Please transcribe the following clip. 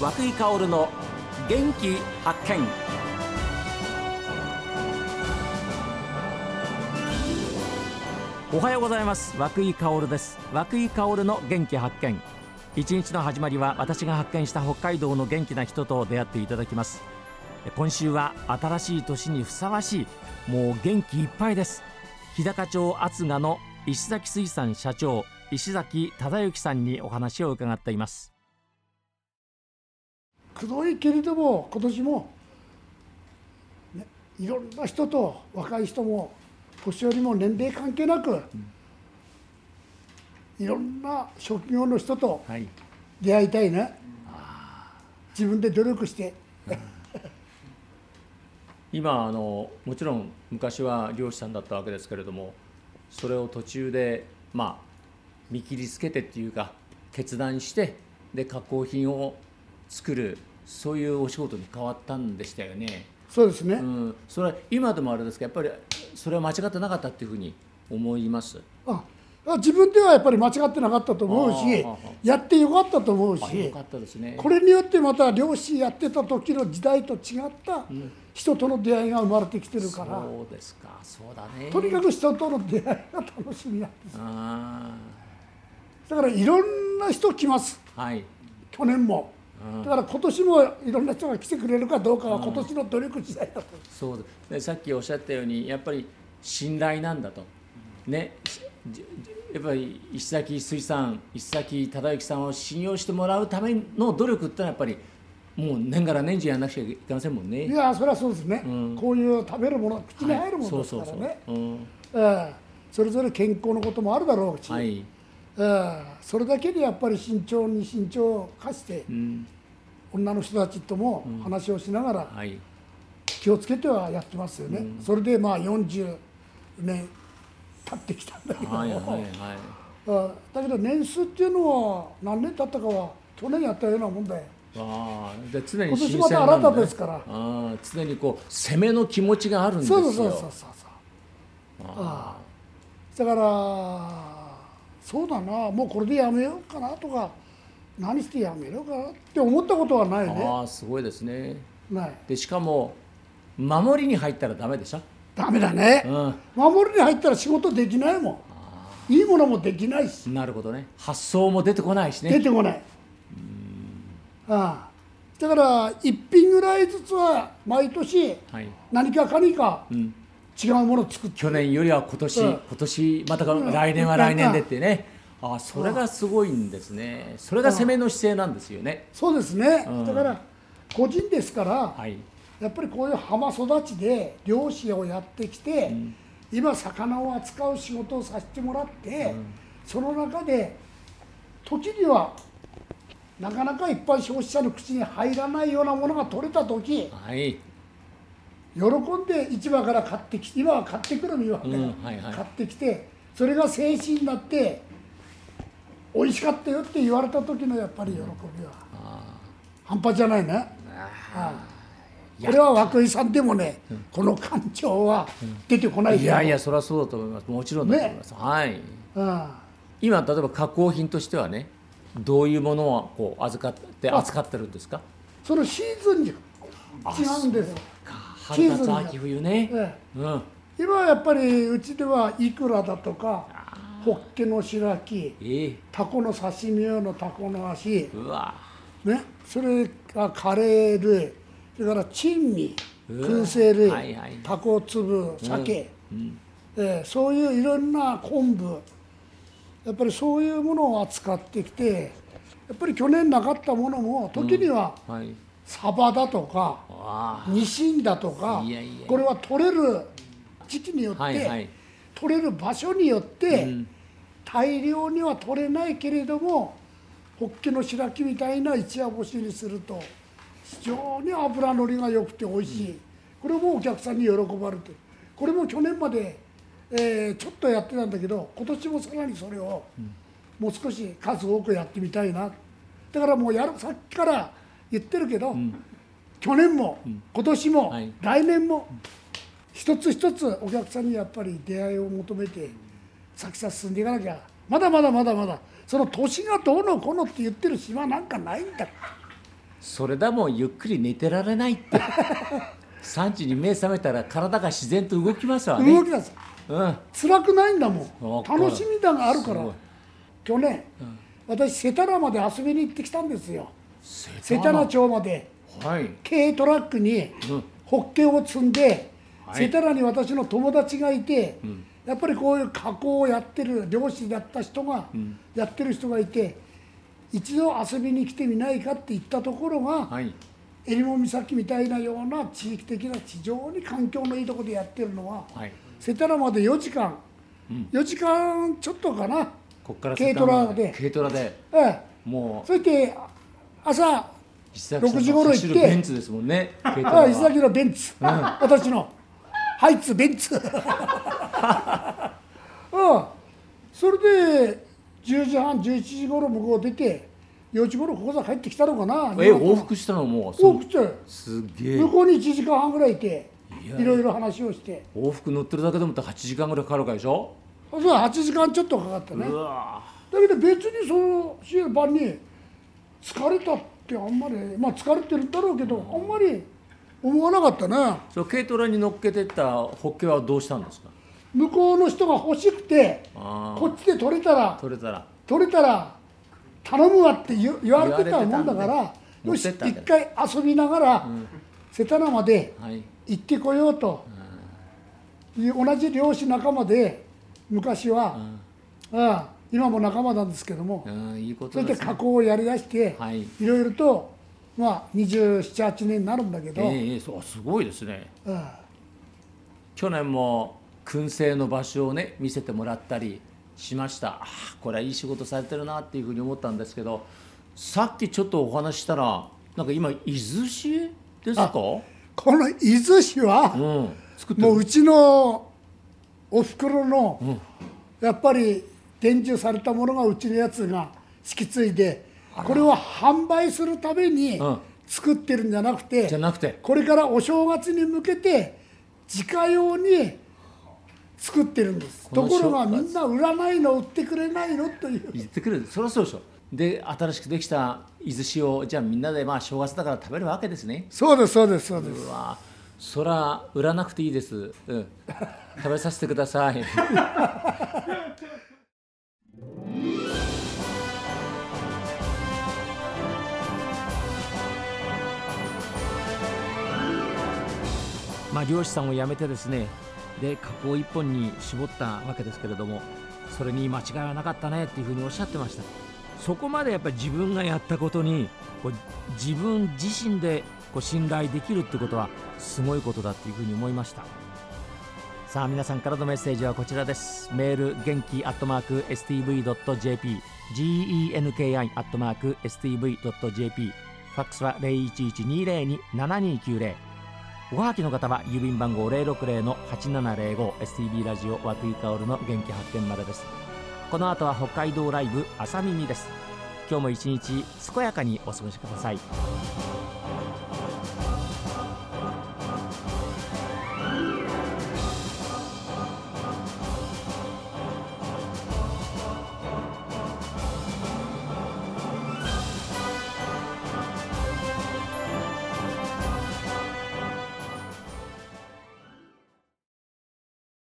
涌井薫の元気発見。おはようございます。涌井薫です。涌井薫の元気発見。一日の始まりは私が発見した北海道の元気な人と出会っていただきます。今週は新しい年にふさわしい、もう元気いっぱいです。日高町厚賀の石崎水産社長石崎忠之さんにお話を伺っています。 くどいけれども今年も、ね、いろんな人と若い人も年寄りも年齢関係なく、いろんな職業の人と出会いたいね、自分で努力して、 今もちろん昔は漁師さんだったわけですけれども、それを途中で見切りつけてっていうか決断して、で加工品を作る、そういうお仕事に変わったんでしたよね。 そうですね、 それは今でもあれですか、やっぱりそれは間違ってなかったっていうふうに思います。 自分ではやっぱり間違ってなかったと思うし、やってよかったと思うし、 よかったですね。 これによってまた漁師やってた時の時代と違った人との出会いが生まれてきてるから、 そうですか、そうだね。 とにかく人との出会いが楽しみなんです。だからいろんな人来ます、去年も。だから今年もいろんな人が来てくれるかどうかは今年の努力次第だと。 そうで、さっきおっしゃったようにやっぱり信頼なんだとね。やっぱり石崎水産石崎忠之さんを信用してもらうための努力ってのはやっぱりもう年がら年中やらなくちゃいけませんもんね。 いや、それはそうですね、こういう食べるもの、口に入るものですからね。それぞれ健康のこともあるだろうし、それだけでやっぱり慎重に慎重を課して、女の人たちとも話をしながら気をつけてはやってますよね。それで40年経ってきたんだけど、だけど年数っていうのは何年経ったかは去年やったようなもんだよ。 で常に今年また新たですから、 常にこう攻めの気持ちがあるんですよ。 だからそうだな、もうこれでやめようかなとか、何してやめようかなって思ったことはないね。 すごいですね。 ない。 でしかも守りに入ったらダメでしょ。 ダメだね、守りに入ったら仕事できないもん。いいものもできないし。 なるほどね。発想も出てこないしね。 出てこない。だから一品ぐらいずつは毎年何かかにか違うものを作って、 去年よりは今年また来年は来年でってね。それがすごいんですね。それが攻めの姿勢なんですよね。 そうですね。だから個人ですから、やっぱりこういう浜育ちで漁師をやってきて、今魚を扱う仕事をさせてもらって、その中で時にはなかなか一般消費者の口に入らないようなものが取れた時、喜んで市場から買ってきて、今は買ってくるよ、買ってきて、それが精神になって美味しかったよって言われた時のやっぱり喜びは半端じゃないね。これは涌井さんでもね、この感情は出てこない。 いやいや、それはそうだと思います。もちろんだと思います。今例えば加工品としてはね、どういうものをこう扱ってるんですか。 そのシーズンに違うんです。 春夏秋冬ね。 今はやっぱりうちではイクラだとかホッケの白木、タコの刺身用のタコの足、それからカレー類、それから珍味、燻製類、タコ粒、鮭、そういういろんな昆布、やっぱりそういうものを扱ってきて、やっぱり去年なかったものも時にはサバだとかニシンだとか、これは取れる時期によって取れる場所によって大量には取れないけれども、ホッケの白木みたいな一夜干しにすると非常に脂のりが良くて美味しい、これもお客さんに喜ばれてる。これも去年まで、ちょっとやってたんだけど、今年もさらにそれをもう少し数多くやってみたいな。だからもうさっきから言ってるけど、去年も今年も来年も一つ一つお客さんにやっぱり出会いを求めて先さ進んでいかなきゃ、まだまだその年がどうのこうのって言ってる暇なんかないんだ。 それだもんゆっくり寝てられないって3時に目覚めたら体が自然と動きますわね。 動き出す、辛くないんだもん。楽しみだがあるから。去年、私世田まで遊びに行ってきたんですよ。世田町まで、軽トラックにホッケを積んで、世田に私の友達がいて、やっぱりこういう加工をやってる漁師だった人が、やってる人がいて、一度遊びに来てみないかって言ったところが、襟裳岬みたいなような地域的な非常に環境のいいところでやってるのは、世田まで4時間、4時間ちょっとかな、軽トラで、もうそれで朝6時頃行って、 ベンツですもんね、 石崎のベンツ、私のハイツベンツそれで10時半11時頃向こう出て、4時頃ここさ帰ってきたのかな。 往復したの？もう往復して、 すげえ。 向こうに1時間半ぐらいいて、いろいろ話をして。 往復乗ってるだけでも8時間ぐらいかかるかでしょ。 そう、8時間ちょっとかかったね。だけど別にその晩に疲れたってあんまり、疲れてるんだろうけど、あんまり思わなかったね。 そう、軽トラに乗っけてったホッケはどうしたんですか？ 向こうの人が欲しくて、こっちで取れたら頼むわって言われてたもんだから、よし一回遊びながら世田まで行ってこようと、同じ漁師仲間で昔は、今も仲間なんですけども、それで加工をやりだして、いろいろと27、8年になるんだけど、 そうすごいですね。去年も燻製の場所をね見せてもらったりしました。これはいい仕事されてるなっていうふうに思ったんですけど、さっきちょっとお話したら、なんか今伊豆市ですか？この伊豆市は、もううちのおふくろの、やっぱり伝授されたものがうちのやつが引き継いで、これを販売するために作ってるんじゃなくて、これからお正月に向けて自家用に作ってるんです。ところがみんな売らないの、売ってくれないのという言ってくる。そりゃそうでしょ。で新しくできた伊豆市をじゃあみんなで正月だから食べるわけですね。 そうですそうですそうです。 そら売らなくていいです、食べさせてください漁師さんを辞めてですね、で加工一本に絞ったわけですけれども、それに間違いはなかったねっていうふうにおっしゃってました。そこまでやっぱり自分がやったことに自分自身で信頼できるってことはすごいことだっていうふうに思いました。さあ皆さんからのメッセージはこちらです。メール元気@stv.jp、 genki@stv.jp、 ファックスは 0112027290。おはがきの方は郵便番号 060-8705 STB ラジオ和久井薫の元気発見までです。この後は北海道ライブ朝耳です。今日も一日健やかにお過ごしください。